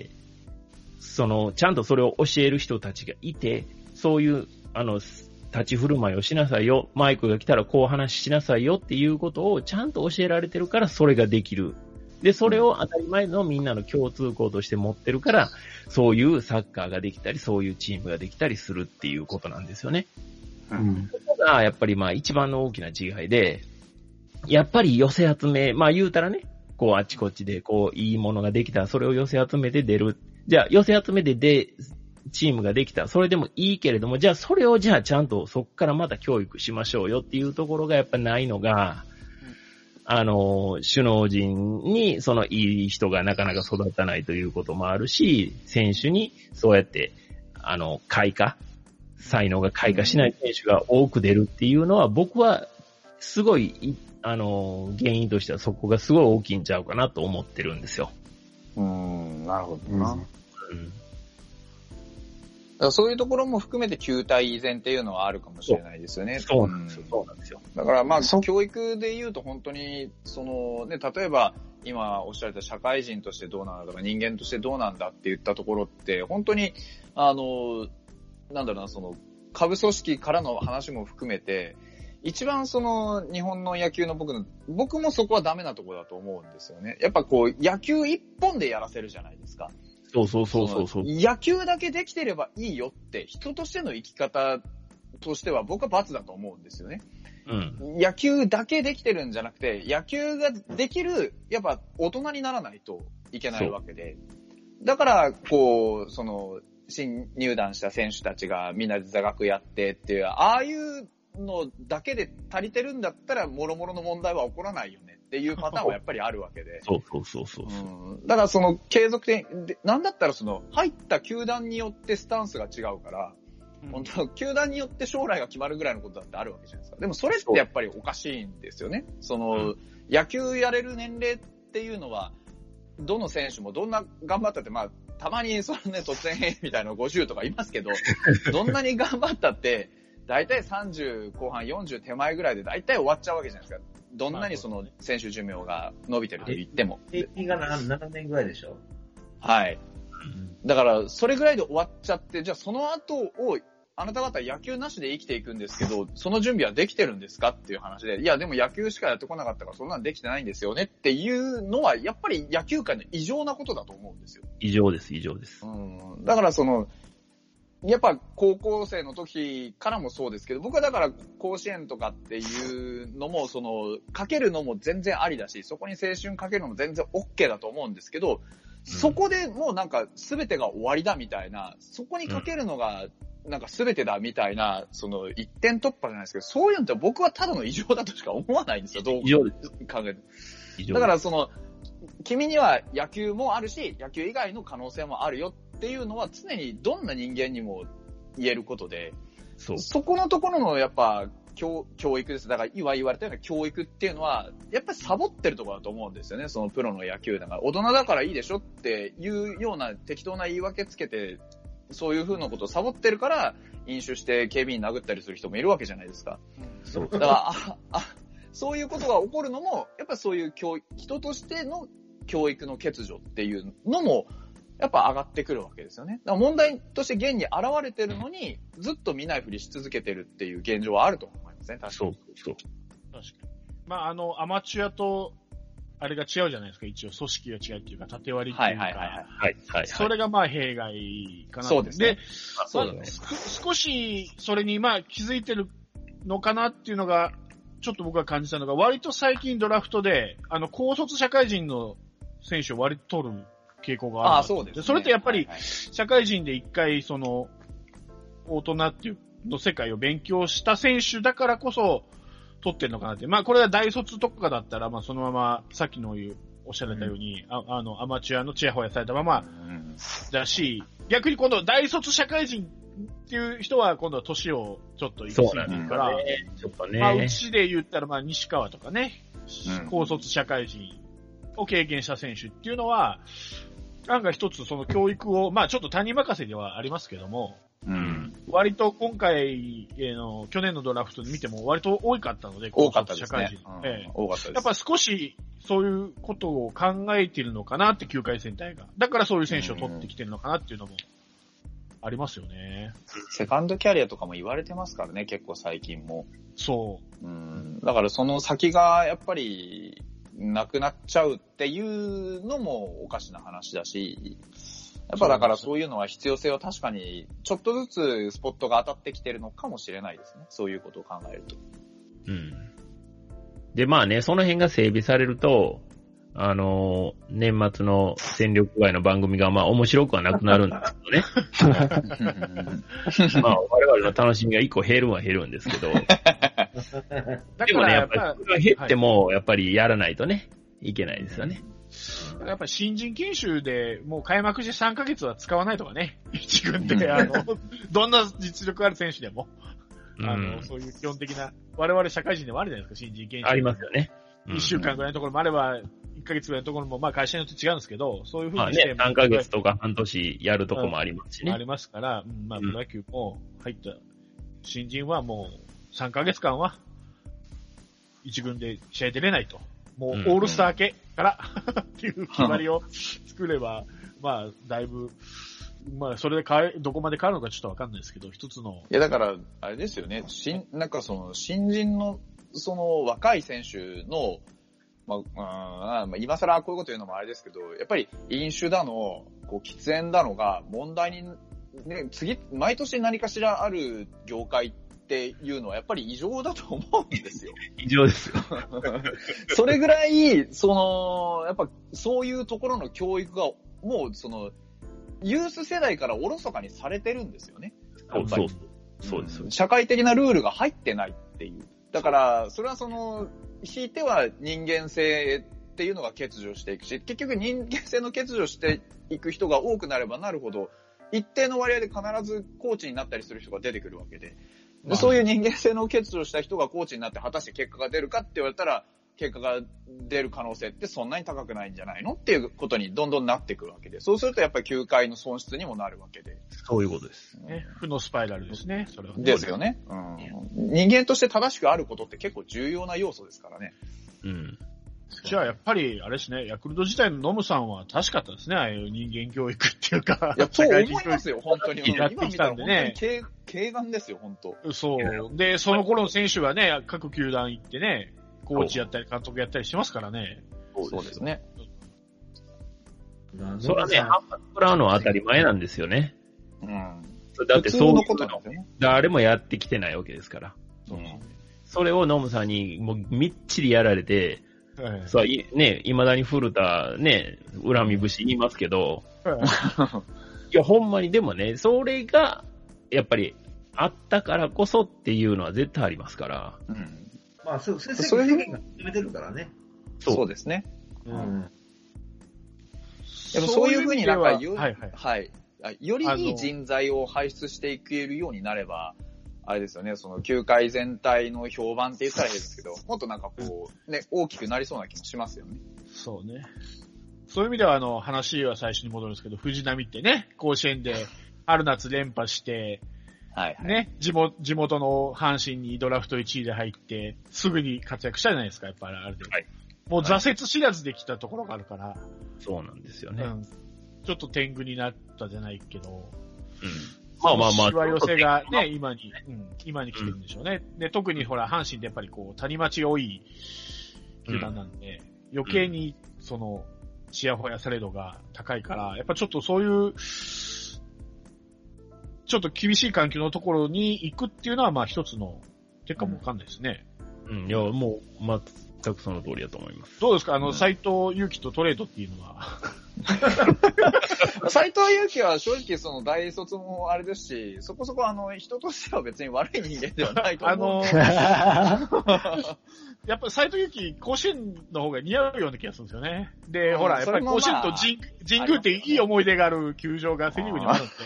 B: ちゃんとそれを教える人たちがいて、そういう、立ち振る舞いをしなさいよ。マイクが来たらこう話しなさいよっていうことをちゃんと教えられてるからそれができる。で、それを当たり前のみんなの共通項として持ってるから、そういうサッカーができたり、そういうチームができたりするっていうことなんですよね。ここがやっぱり一番の大きな違いで、やっぱり寄せ集め、言うたらね、あっちこっちでいいものができたらそれを寄せ集めて出る。じゃあ寄せ集めてチームができたらそれでもいいけれども、じゃあそれをちゃんとそこからまた教育しましょうよっていうところがやっぱないのが、首脳陣にいい人がなかなか育たないということもあるし、選手にそうやって才能が開花しない選手が多く出るっていうのは僕はすごい原因としてはそこがすごい大きいんちゃうかなと思ってるんですよ。
C: なるほどな。だからそういうところも含めて球体依然っていうのはあるかもしれないですよね。
B: そうなんですよ。そうなんですよ。
C: だから教育で言うと本当に、例えば今おっしゃられた社会人としてどうなんだとか人間としてどうなんだって言ったところって、本当に、下部組織からの話も含めて、一番日本の野球の僕もそこはダメなところだと思うんですよね。やっぱ野球一本でやらせるじゃないですか。
B: そう。
C: 野球だけできてればいいよって人としての生き方としては僕は罰だと思うんですよね。野球だけできてるんじゃなくて、野球ができる、やっぱ大人にならないといけないわけで。だから、新入団した選手たちがみんなで座学やってっていう、ああいうのだけで足りてるんだったら、もろもろの問題は起こらないよねっていうパターンはやっぱりあるわけで。
B: そう。
C: だから継続的で、なんだったら入った球団によってスタンスが違うから、本当球団によって将来が決まるぐらいのことだってあるわけじゃないですか。でもそれってやっぱりおかしいんですよね。野球やれる年齢っていうのは、どの選手もどんな頑張ったって、たまに突然変異みたいな50とかいますけど、どんなに頑張ったって、だいたい30後半40手前ぐらいでだいたい終わっちゃうわけじゃないですか。どんなに選手寿命が伸びてると言っても。
E: 平均が7年ぐらいでしょ。
C: はい。だから、それぐらいで終わっちゃって、じゃあその後を、あなた方野球なしで生きていくんですけど、その準備はできてるんですかっていう話で、いやでも野球しかやってこなかったからそんなんできてないんですよねっていうのは、やっぱり野球界の異常なことだと思うんですよ。
B: 異常です。
C: だからやっぱ高校生の時からもそうですけど、僕はだから甲子園とかっていうのも、かけるのも全然ありだし、そこに青春かけるのも全然 OK だと思うんですけど、そこでもう全てが終わりだみたいな、そこにかけるのが全てだみたいな、一点突破じゃないですけど、そういうのって僕はただの異常だとしか思わないんですよ、どう考えて。だから君には野球もあるし、野球以外の可能性もあるよっていうのは常にどんな人間にも言えることで、そこのところのやっぱ教育です。だから今言われたような教育っていうのは、やっぱりサボってるところだと思うんですよね。プロの野球だから、大人だからいいでしょっていうような適当な言い訳つけて、そういう風なことをサボってるから、飲酒して警備員殴ったりする人もいるわけじゃないですか。 そう。だからそういうことが起こるのも、やっぱりそういう人としての教育の欠如っていうのも、やっぱ上がってくるわけですよね。だから問題として現に現れてるのに、ずっと見ないふりし続けてるっていう現状はあると思いますね、確かに。
B: そう。確か
D: に。まあ、アマチュアと、あれが違うじゃないですか、一応。組織が違うっていうか、縦割りっていうか。
B: はい。
D: それがまあ弊害かな。
C: そうですね。
D: で、そうだね。少し、それにまあ気づいてるのかなっていうのが、ちょっと僕が感じたのが、割と最近ドラフトで、高卒社会人の選手を割と取る傾向がある。
C: そうですね。
D: それってやっぱり、社会人で一回、大人っていうの世界を勉強した選手だからこそ、取ってるのかなって。まあ、これは大卒とかだったら、まあ、そのまま、さっきのおっしゃられたように、アマチュアのチヤホヤされたまま、だし、逆に今度、大卒社会人っていう人は、今度は年をちょっと行き過ぎてるから、
B: ちょっとね。
D: まあ、うちで言ったら、まあ、西川とかね、高卒社会人を経験した選手っていうのは、なんか一つその教育を、まあ、ちょっと他人任せではありますけども、割と今回去年のドラフトで見ても割と多かったので、
C: 多かったですね。
D: 多かったです。やっぱ少しそういうことを考えているのかなって球界全体が。だからそういう選手を取ってきてるのかなっていうのもありますよね。
C: セカンドキャリアとかも言われてますからね、結構最近も。
D: そう。
C: だからその先がやっぱりなくなっちゃうっていうのもおかしな話だし、やっぱだからそういうのは必要性は確かにちょっとずつスポットが当たってきてるのかもしれないですね。そういうことを考えると。
B: で、まあね、その辺が整備されると、年末の戦力外の番組がまあ面白くはなくなるんですけどね。まあ我々の楽しみが一個減るは減るんですけど。でもね、やっぱりそれが減ってもやっぱりやらないとね、いけないですよね。
D: やっぱり新人研修でもう開幕して3ヶ月は使わないとかね。一軍で、どんな実力ある選手でも、そういう基本的な、我々社会人でもあるじゃないですか、新人研修。
B: ありますよね。
D: 1週間ぐらいのところもあれば、1ヶ月ぐらいのところも、まあ会社によって違うんですけど、そういうふうにして。
B: まあね、3ヶ月とか半年やるとこもありますしね。
D: ありますから、まあプロ野球も入った新人はもう3ヶ月間は、一軍で試合出れないと。もうオールスター明けからっていう決まりを作れば、まあだいぶ、まあそれでどこまで変わるのかちょっとわかんないですけど、一つの。
C: いやだから、あれですよね。なんか新人の、若い選手の、今更こういうこと言うのもあれですけど、やっぱり飲酒だの、喫煙だのが問題に、ね、毎年何かしらある業界っていうのはやっぱり異常だと思うんですよ。
B: 異常ですよ。
C: それぐらい、やっぱそういうところの教育がもうユース世代からおろそかにされてるんですよね。
B: そうです。
C: 社会的なルールが入ってないっていう。だから、それはひいては人間性っていうのが欠如していくし、結局人間性の欠如していく人が多くなればなるほど、一定の割合で必ずコーチになったりする人が出てくるわけで、そういう人間性の欠如した人がコーチになって果たして結果が出るかって言われたら、結果が出る可能性ってそんなに高くないんじゃないのっていうことにどんどんなってくるわけで、そうするとやっぱり球界の損失にもなるわけで。
B: そういうことです。
D: 負のスパイラルですね、それは。
C: ですよね。人間として正しくあることって結構重要な要素ですからね。
D: じゃあやっぱり、あれですね、ヤクルト自体のノムさんは確かったですね、ああいう人間教育っていうか。
C: いや、そう思いますよ、本当に。
D: 今見たら本当に
C: 軽眼ですよ、本当。
D: そう。で、その頃の選手がね、各球団行ってね、コーチやったり監督やったりしますからね。
C: そうですね。
B: それはね、反発食らうのは当たり前なんですよね。だって
C: そういうことなんですよね。
B: 誰もやってきてないわけですから。それをノムさんにもうみっちりやられて、ね、未だに古田ね、恨み節言いますけど、いや、ほんまにでもね、それが、やっぱり、あったからこそっていうのは絶対ありますから。
E: まあ、そういう責任が決めてるからね。
C: そうですね。やっぱそういうふうになんかよりいい人材を輩出していけるようになれば、あれですよね、球界全体の評判って言ったらいいですけど、もっとなんかね、大きくなりそうな気もしますよね。
D: そうね。そういう意味では話は最初に戻るんですけど、藤浪ってね、甲子園で春夏連覇して、
C: はいはい。
D: ね、地元の阪神にドラフト1位で入って、すぐに活躍したじゃないですか、やっぱりあれで。はい。もう挫折知らずできたところがあるから。
B: そうなんですよね。うん。
D: ちょっと天狗になったじゃないけど。うん。
B: まあ。
D: しわ寄せがね、今に来てるんでしょうね。で、特にほら、阪神ってやっぱりこう、谷町が多い球団なんで、余計に、チヤホヤされ度が高いから、やっぱちょっとそういう、ちょっと厳しい環境のところに行くっていうのは、まあ一つの手かもわかんないですね。
B: いや、もう、全くその通りだと思います。
D: どうですか斎藤佑樹とトレードっていうのは。
C: 斎藤佑樹は正直大卒もあれですし、そこそこ人としては別に悪い人間ではないと思う。
D: やっぱ斎藤佑樹、甲子園の方が似合うような気がするんですよね。で、ほら、やっぱり甲子園と神宮っていい思い出がある球場がセリーグにもあるん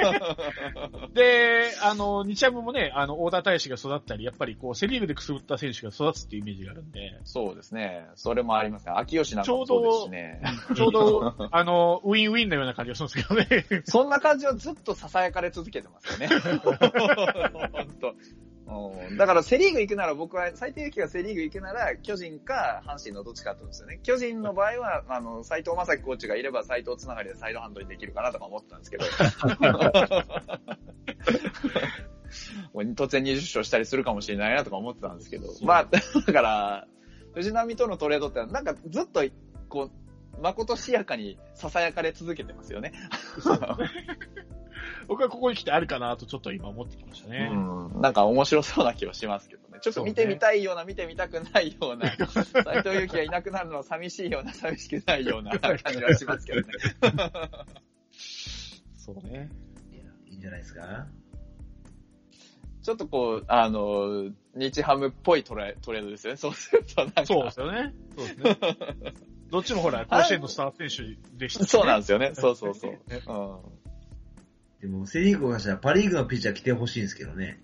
D: で。で、日ハムもね、大田大使が育ったり、やっぱりこう、セリーグでくすぶった選手が育つっていうイメージがあるんで。
C: そうですね。それもありますね。秋吉なんかもそうですしね。
D: ちょうど、ウィンウィンのような感じがするんですけどね。
C: そんな感じはずっと囁かれ続けてますよね。本当。だからセリーグ行くなら僕は、斎藤佑樹がセリーグ行くなら、巨人か阪神のどっちかってことですよね。巨人の場合は、斎藤正樹コーチがいれば斎藤つながりでサイドハンドにできるかなとか思ってたんですけど。突然20勝したりするかもしれないなとか思ってたんですけど。だから、藤浪とのトレードってなんかずっと、こう、まことしやかに囁かれ続けてますよね。
D: 僕はここに来てあるかなとちょっと今思ってきましたね。
C: なんか面白そうな気はしますけどね。ちょっと見てみたいような、見てみたくないような、斎藤佑樹がいなくなるのは寂しいような、寂しくないような感じはしますけどね。
D: そうね。
E: いいんじゃないですか。
C: ちょっとこう、日ハムっぽいトレードですよね。そうするとなんか。
D: そうですよね。そうですね。どっちもほら、甲子園のスター選手でしたね。
C: そうなんですよね。そう。
E: でも、セリーグがしたらパリーグのピッチャー来てほしいんですけどね。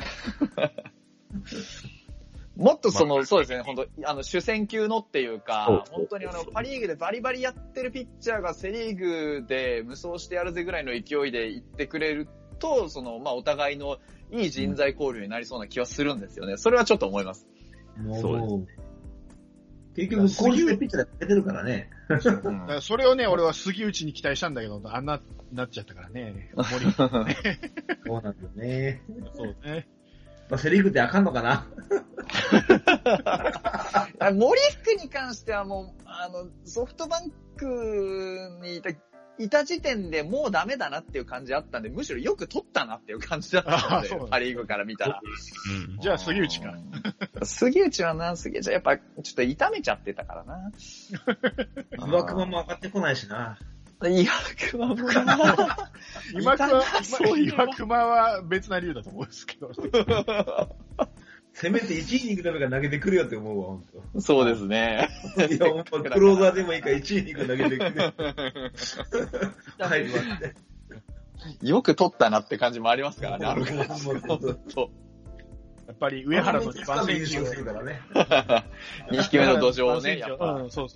C: もっとそうですね、本当主戦級のっていうか、本当にパリーグでバリバリやってるピッチャーがセリーグで無双してやるぜぐらいの勢いで行ってくれると、お互いのいい人材交流になりそうな気はするんですよね。それはちょっと思います。
E: そうですね。結局、こういうピッチャーが出てるからね。
D: だからそれをね、俺は杉内に期待したんだけど、あんな、なっちゃったからね。
E: そうなんだよね。
D: そうね。
E: セリーグってあかんのかな
C: 森福に関してはもう、ソフトバンクにいた時点でもうダメだなっていう感じあったんで、むしろよく取ったなっていう感じだったので、パリーグから見たら。
D: じゃあ杉内か。
C: 杉内はやっぱちょっと痛めちゃってたからな。
E: 岩隈も上がってこないしな。
C: 岩隈もな。
D: 岩隈は別な理由だと思うんですけど。
E: せめて1イニングだけが投げてくるよって思うわ、ほんと。
C: そうですね。
E: いや、ほんま、クローザーでもいいから1イニング投げてくるよ。はい、
C: よく取ったなって感じもありますからね、
D: やっぱり上原の2番選手
E: からね。
C: 2匹目の土壌をね、やっぱ。
D: そう。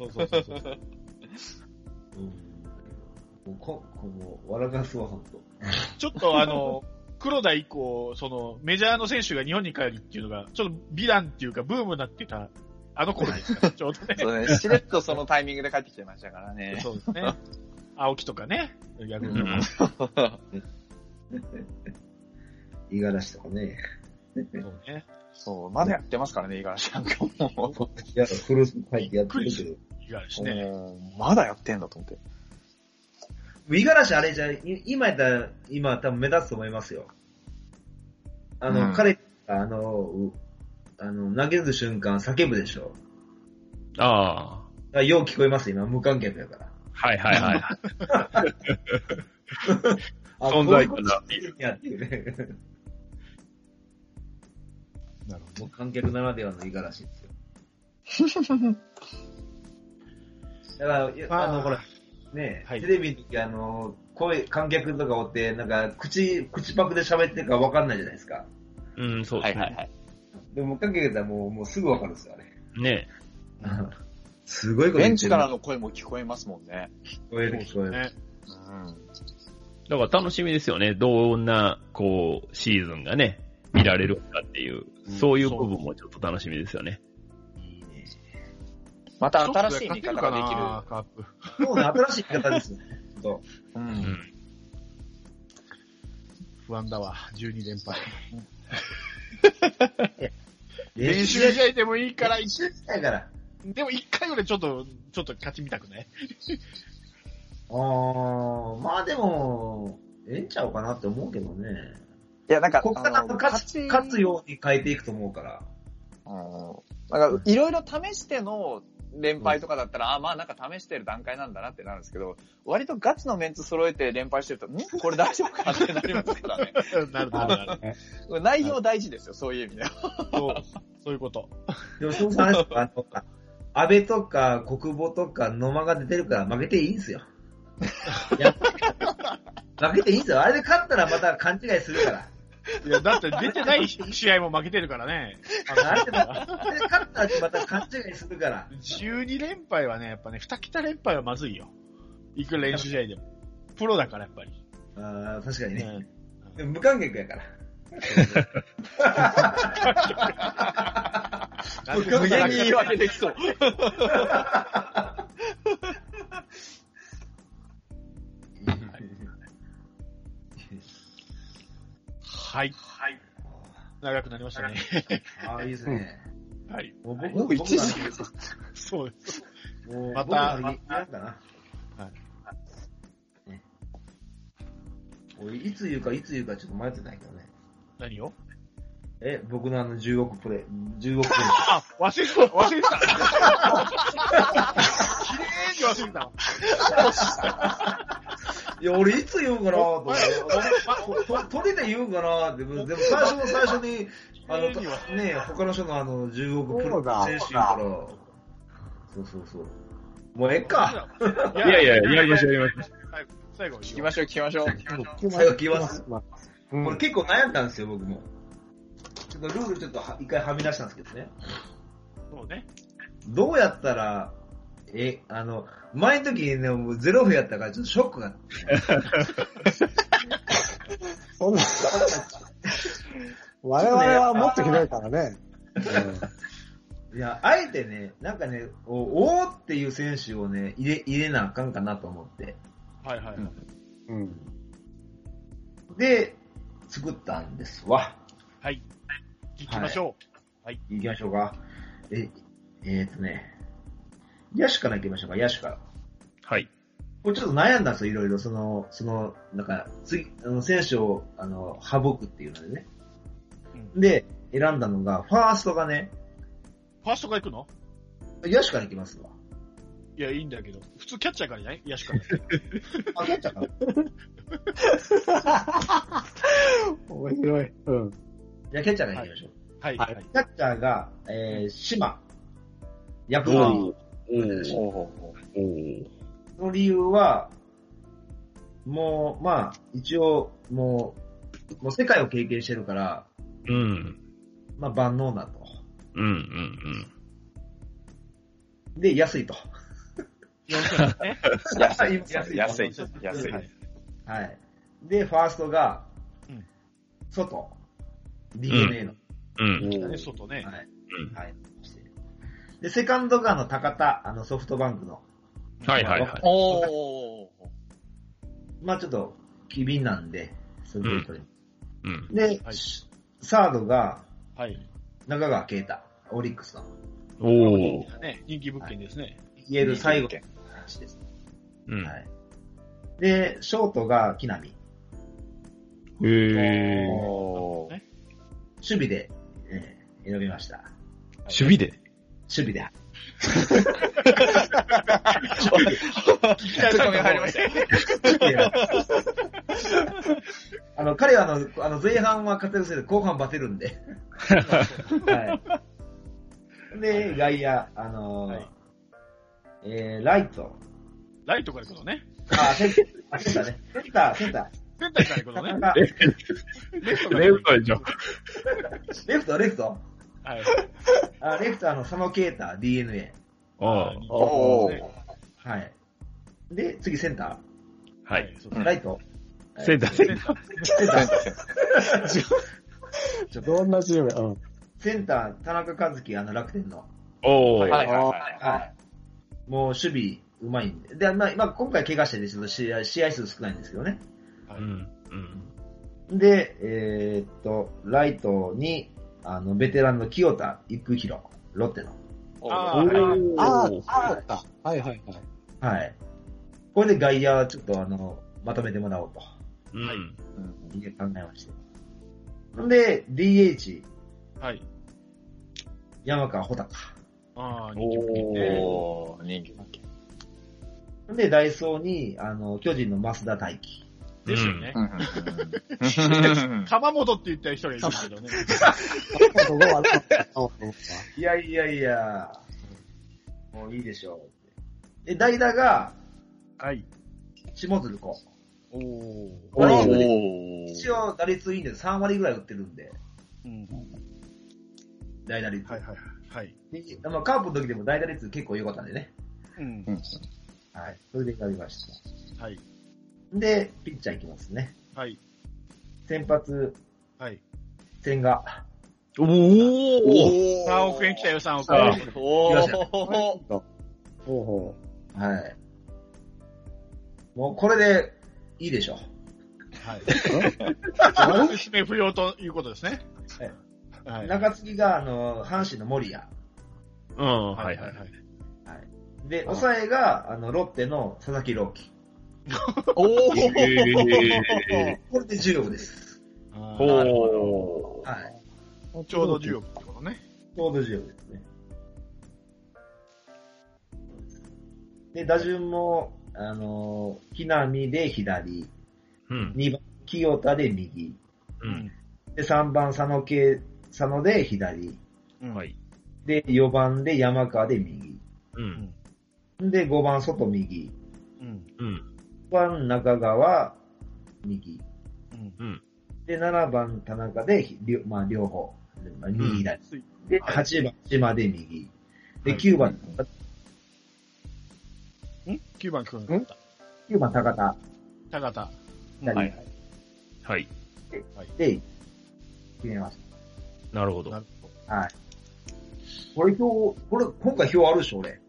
E: こう、笑かすわ、ほんと。
D: ちょっと黒田以降、メジャーの選手が日本に帰るっていうのが、ちょっと美談っていうか、ブームになってた、頃ですから、ちょうどね。
C: そうね、しれっとそのタイミングで帰ってきてましたからね。
D: そうですね。青木とかね、逆に。
E: 五十嵐とかね。
D: そうね。
C: そう、まだやってますからね、五十嵐なんかも。
E: いや、フルス入ってやってるけど。
D: 五十嵐ね。
C: まだやってんだと思って。
E: 五十嵐あれじゃ、今やったら、今多分目立つと思いますよ。彼、投げる瞬間叫ぶでしょ。
B: あ
E: あ。よう聞こえます、今、無観客やから。
B: はい。存在感が。
E: やっていうね。なるほど。無観客ならではの五十嵐ですよ。だから、ほら、ね、テレビの時、観客とかおって、なんか、口パクで喋ってるか分かんないじゃないですか。
B: そうですね。
C: はい。
E: でも、無観客だったらもうすぐ分かるんですよ、あれ。
B: ね
E: すごいこと言ってる。
C: ベンチからの声も聞こえますもんね。
E: 聞こえる。
B: だから楽しみですよね。どんな、こう、シーズンがね、見られるかっていう、そういう部分もちょっと楽しみですよね。
C: いいね。また新しい見方ができる。
D: カープ。
E: そうね、新しい見方ですね。
C: うん。
D: 不安だわ、12連敗。
E: 練
D: 習試合でもいいから、
E: 練習試合から。
D: でも1回ぐらいちょっと勝ち見たくない？
E: まあでも、ええんちゃうかなって思うけどね。
C: いや、なんか、
E: ここから勝つように変えていくと思うから。
C: なんか、いろいろ試しての連敗とかだったら、まあなんか試してる段階なんだなってなるんですけど、割とガチのメンツ揃えて連敗してると、これ大丈夫かってなりますからね。
D: なる。
C: 内容大事ですよ、そういう意味では。
D: そういうこと。
E: でも、そうさん、安倍とか国母とか野間が出てるから負けていいんですよ。負けていいんですよ。あれで勝ったらまた勘違いするから。
D: いや、だって出てない試合も負けてるからね。
E: あれで勝ったらまた勘違いするから。
D: 12連敗はね、やっぱね、2桁連敗はまずいよ。いくら練習試合でも。プロだからやっぱり。
E: 確かにね。でも無観客やから。
C: 無限に言い訳できそう。
D: はい。長くなりましたね。
E: いいですね。
D: はい。
C: もう1時間。
D: そうです。
E: もう
D: また、
E: 嫌だな。はい。俺、いつ言うかちょっと迷ってないけどね。
D: 何を？
E: 僕の10億プレイ。10億プレイ。
D: 忘れてた。綺麗に忘れてた。
E: いや、俺いつ言うかなと思って。鳥で言うかなって。でも最初に、ね、他の人の10億プレイ選手言うから。そう。もうええか。
B: いや、やりましょう。
D: 最後
C: 聞きましょう。
E: 最後聞きます。これ結構悩んだんですよ、僕も。ちょっとルール一回はみ出したんですけどね。
D: そうね。
E: どうやったら、前の時にね、もう0分やったからちょっとショックがあって。
A: そんな、我々はもっとひどいからね。
E: いや、あえてね、なんかね、おーっていう選手をね、入れなあかんかなと思って。
D: はい。
E: で、作ったんですわ。
D: はい。行きましょう。はい。
E: 行きましょうか。野手から行きましょうか、野手から。
B: はい。
E: これちょっと悩んだんですよ、いろいろ。なんか、選手を、省くっていうのでね。で、選んだのが、ファーストがね。
D: ファーストから行くの？
E: 野手から行きますわ。
D: いや、いいんだけど。普通キャッチャーからじゃない？野手から。
E: キャッチャーから
A: 面白い。
E: じゃあ、キャッチャーから行きましょう。
D: はい。
E: キャッチャーが、島。ヤクルト。その理由は、もう、まあ、一応、もう世界を経験してるから、まあ、万能だと。で、安いと。
C: 安い。
E: はい。で、ファーストが、外。DNA の。
D: 外ね。
E: はい。で、セカンドが高田、ソフトバンクの。
B: はい。
E: まあちょっと、機敏なんで、それぞれ。で、サードが、中川圭太、オリックスの。
D: 人気物件ですね。
E: 言える最後の話です。はい。で、ショートが木浪。守備で、選びました。
B: 守備で。
E: ツッコ
C: ミ入りました。
E: 彼は前半は活躍する後半バテるんで。はい。で、外野、ライト。
D: ライトから行くのね。
E: センターね。センター。
D: センターから行くのね。
B: レフトでしょ。
E: レフト
D: はい。
E: レフト佐野啓太、DNA。
B: はい。
E: で、次センター。
B: はい。
E: ライト。
B: センター。
A: どんなチーム？うん。
E: センター、田中和樹、楽天の。
B: おー。
E: はい。もう守備うまいんで。で、まあ、今回怪我してて、ちょっと試合数少ないんですけどね。で、ライトに、ベテランの清田育弘、ロッテの。
A: あった。はい。はい。
E: これで外野、ちょっとまとめてもらおうと。
B: はい。
E: 考えました。で、DH。
D: はい。
E: 山川穂高。
C: 人気分けね。人気分け。
E: で、ダイソーに、巨人の増田大輝。
D: ですよね。鎌本って言った人がいるけどね。
E: いや、もういいでしょう。で、代打が、
D: はい。
E: 下鶴子。
C: お
E: 一応打率いいんです。3割ぐらい打ってるんで。代打率。
D: はい。
E: カープの時でも代打率結構良かったんでね。はい。それで選びました。
D: はい。
E: で、ピッチャーいきますね。
D: はい。
E: 先発。
D: はい。
E: 千賀。
D: 3億円来たよ、3億円。
E: はい。もうこれでいいでしょ。
D: はい。指名不要ということですね。
E: はい。中継ぎが、阪神の森谷。
B: はい。
E: で、抑えが、ロッテの佐々木朗希。これで10億です。
D: はい。ちょうど10億ってことね。
E: ちょうど10億ですね。で、打順も、木浪で左。2番、清田で右。で、3番、佐野で左。で、4番で山川で右。で、5番、外右。6番、中川、右。で、7番、田中で、両方。右左。で、8番、島で右。で、9番、
D: 9番聞こえなかった。
E: 9番、高田。
B: はい。
E: で、決めました。
B: なるほど。
E: はい。これ今回表あるでしょ、俺。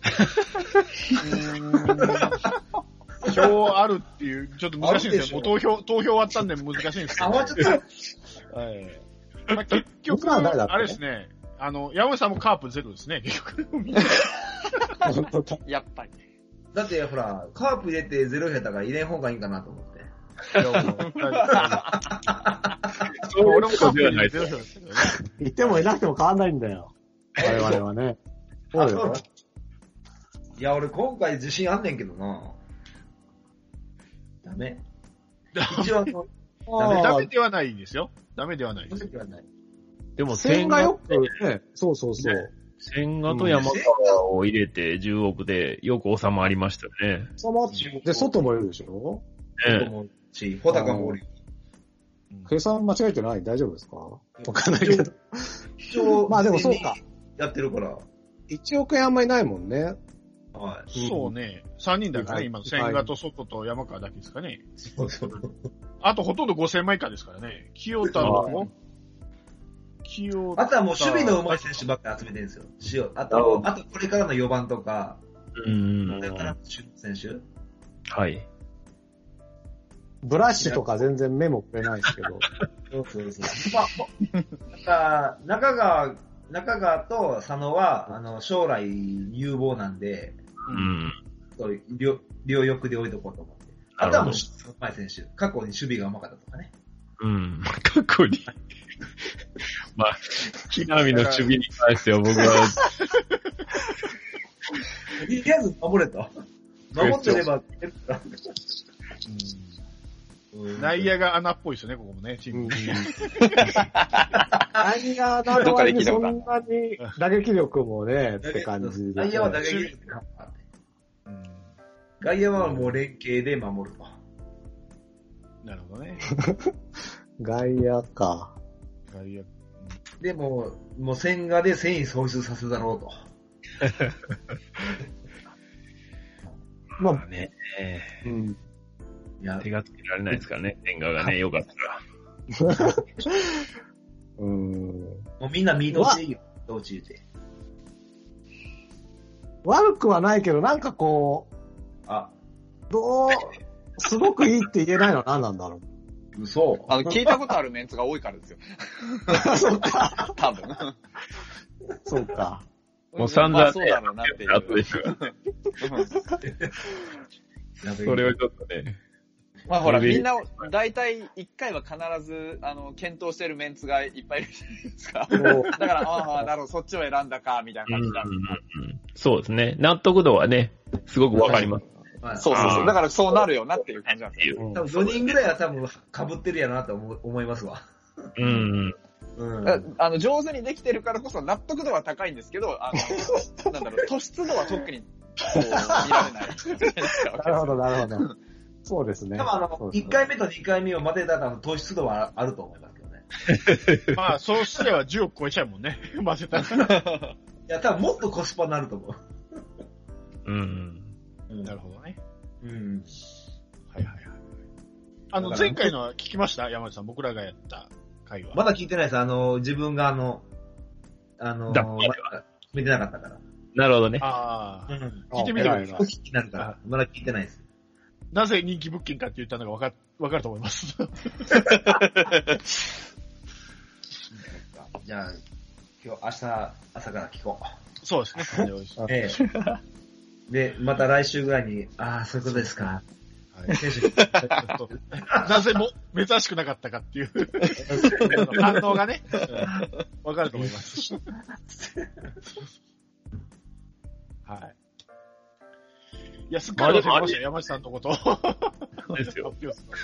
D: 表あるっていう、ちょっと難しいんですよ。もう投票終わったんで難しいんですけど。
E: ちょっと。
D: はい。結局、あれですね。山口さんもカープゼロですね、結局。
C: やっぱり。
E: だって、ほら、カープ入れてゼロやったから入れん方がいいかなと思って。
D: 俺もカープ入れてゼロですけどね。
A: いてもいなくても変わんないんだよ。我々はね。そうよ。
E: いや、俺今回自信あんねんけどな。ダメ。一応
D: ダメではないですよ。ダメではないです。
B: でも、
A: 千賀よくね。そう。
B: 千賀と山川を入れて10億でよく収まりましたよね。
A: 収まって、で、外もいるでしょ？
E: 外もし、穂高もおるよ。
A: 計算間違えてない？大丈夫ですか？わかんないけど。
E: 一応、
A: まあでもそうか。
E: やってるから。
A: 1億円あんまりないもんね。
E: はい。
D: そうね。3人だからね、今、千賀と外と山川だけですかね。
E: そう。
D: あとほとんど5000万以下ですからね。清田の、
E: あとはもう守備の上手い選手ばっかり集めてるんですよ。あとこれからの4番とか、これからの選手。
B: はい。
A: ブラッシュとか全然目もくれないですけど。
E: そう。まあ、中川と佐野は、将来有望なんで、両翼で置いとこうと思って。あとはもう、うまい選手。過去に守備がうまかったとかね。
B: 過去に。まあ、木浪の守備に関しては僕は。
E: とりあえず守れと。守ってれば、
D: 内野が穴っぽいですよね、ここもね、チーム。
A: 内野なのにそんなに打撃力もね、って感じで。
E: 内野は打撃力って感じ。外野はもう連携で守ると。
D: なるほどね。
A: 外野か。
D: 外野。
E: でもう千賀で繊維喪失させだろうと。
A: まあね。
B: 手がつけられないですからね、千賀がね、よかったら。
E: もうみんな見通しでいいよ、どうち言うて。
A: 悪くはないけど、なんかこう、すごくいいって言えないのは何なんだろ
E: う。嘘。
C: 聞いたことあるメンツが多いからですよ。
A: そうか。
C: 多分。
A: そうか。
B: もう散々、
C: そうだろうなっていう。
B: それをちょっとね。
C: まあほら、みんな、大体一回は必ず、検討してるメンツがいっぱいいるじゃないですか。だから、なるほど、そっちを選んだか、みたいな感じなんで。
B: そうですね。納得度はね、すごくわかります。
C: そうそうそう。だからそうなるよなっていう感じなんですよ。
E: 多分5人ぐらいは多分被ってるやなと思いますわ。
C: 上手にできてるからこそ納得度は高いんですけど、なんだろう、突出度は特に、見られない。
A: なるほど、なるほど。そうですね。
E: 多分1回目と2回目を待てたら突出度はあると思いますけどね。
D: まあ、そうすれば10億超えちゃうもんね。混ぜたら。
E: いや、多分もっとコスパになると思う。
D: なるほどね。
E: はいはいはい。
D: 前回のは聞きました？山内さん、僕らがやった回は。
E: まだ聞いてないです。自分が見てなかったから。
B: なるほどね。
D: 聞いてみてください。
E: 少し気になるから、まだ聞いてないです。
D: なぜ人気物件かって言ったのがわかると思います。
E: じゃあ、明日朝から聞こ
D: う。そうですね。
E: で、また来週ぐらいに、そういうことですか。
D: なぜも珍しくなかったかっていう反応がね、わかると思います。はい。いや、すっかり忘れましたよ、山内さんのこと。
B: ですよ。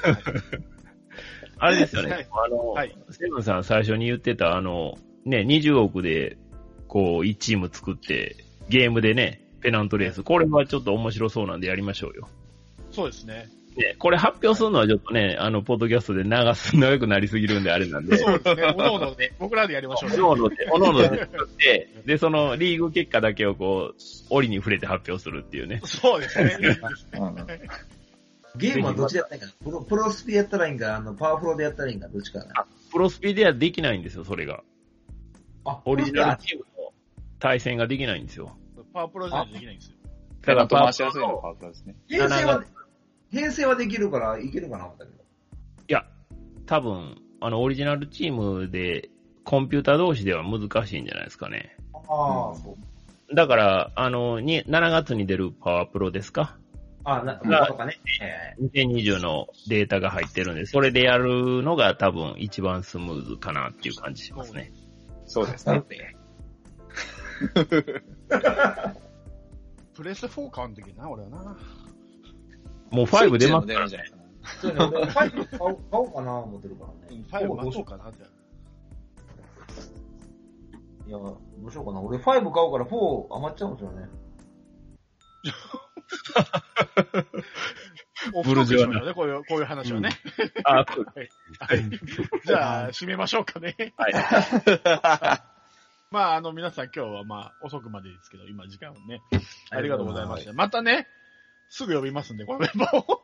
B: あれですよね。セブンさん最初に言ってた、20億で、1チーム作って、ゲームでね、ペナントレース。これはちょっと面白そうなんでやりましょうよ。
D: そうですね。
B: ね、これ発表するのはちょっとね、ポッドキャストで長くなりすぎるんであれなんで。
D: そうですね。おのおので、僕らでやりましょう。
B: おのおので作って、で、そのリーグ結果だけを折に触れて発表するっていうね。
D: そうですね。
E: ゲームはどっちでやったらいいかな？プロスピやったらいいんか、パワーフロでやったらいいんか、どっちかな？
B: プロスピではできないんですよ、それが。オリジナルチームの対戦ができないんですよ。
D: パワープロじゃできないんですよ。
C: だから回しやすいのパワープロですね。
E: 編成はできるから、いけるかな、思ったけど。
B: いや、多分、オリジナルチームで、コンピューター同士では難しいんじゃないですかね。
E: そう。
B: だから、7月に出るパワープロですか？
E: とかね。
B: 2020のデータが入ってるんで、それでやるのが多分一番スムーズかなっていう感じしますね。
C: そうですね。
D: プレス4買うんだけどな、俺はな。
B: もう5出ますからね。
E: そうね、俺5買おうかな思ってるからね。
D: 5待とうかなって。
E: いや、どうしようかな。俺5買おうから4余っちゃうんですよね。
D: ブルジョワね、こういう話はね。
B: はい。
D: じゃあ、締めましょうかね。
B: はい。
D: まあ、皆さん今日は遅くまでですけど、今時間をね、ありがとうございました。またね、すぐ呼びますんで、このメンバーを。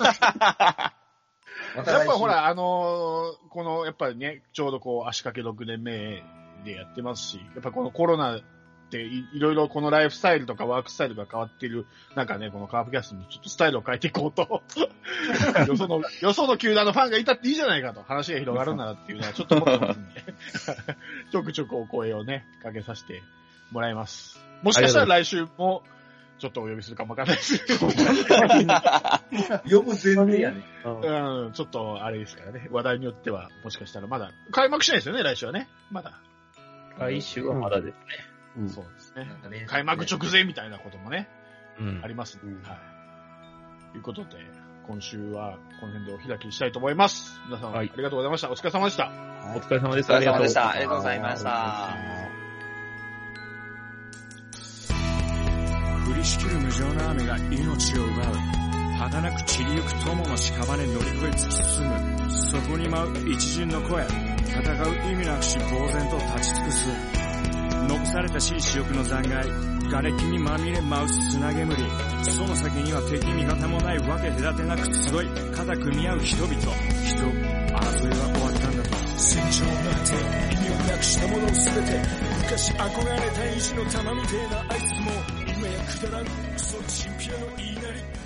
D: やっぱほら、この、やっぱりね、ちょうど足掛け6年目でやってますし、やっぱこのコロナっていろいろこのライフスタイルとかワークスタイルが変わっている中ね、このカープキャストにちょっとスタイルを変えていこうと。よその球団のファンがいたっていいじゃないかと、話が広がるならっていうのはちょっと思ってますんで、ちょくちょくお声をね、かけさせてもらいます。もしかしたら来週も、ちょっとお呼びするかもわかんないですけど。
E: 呼ぶ前提やね。
D: ちょっとあれですからね。話題によっては、もしかしたらまだ、開幕しないですよね、来週はね。まだ。
B: 来週はまだですね。
D: そうですね。開幕直前みたいなこともね、ありますね。はい。ということで、今週はこの辺でお開きしたいと思います。皆さん、ありがとうございました。お疲れ様でした。
B: お疲れ様でした。
C: ありがとうございました。
G: 降りしきる無情な雨が命を奪う。儚く散りゆく友の屍乗り越え突き進む。そこに舞う一陣の声。戦う意味なくし呆然と立ち尽くす。 残されたしい死翼の残骸、瓦礫にまみれ舞う砂煙、その先には敵味方もないわけ隔てなく集い肩組み合う人々、争いは終わったんだと。戦場の果て、意味をなくしたものすべて、昔憧れた意地の玉みてえなあいつも今やくだらんクソチンピラの言いなり。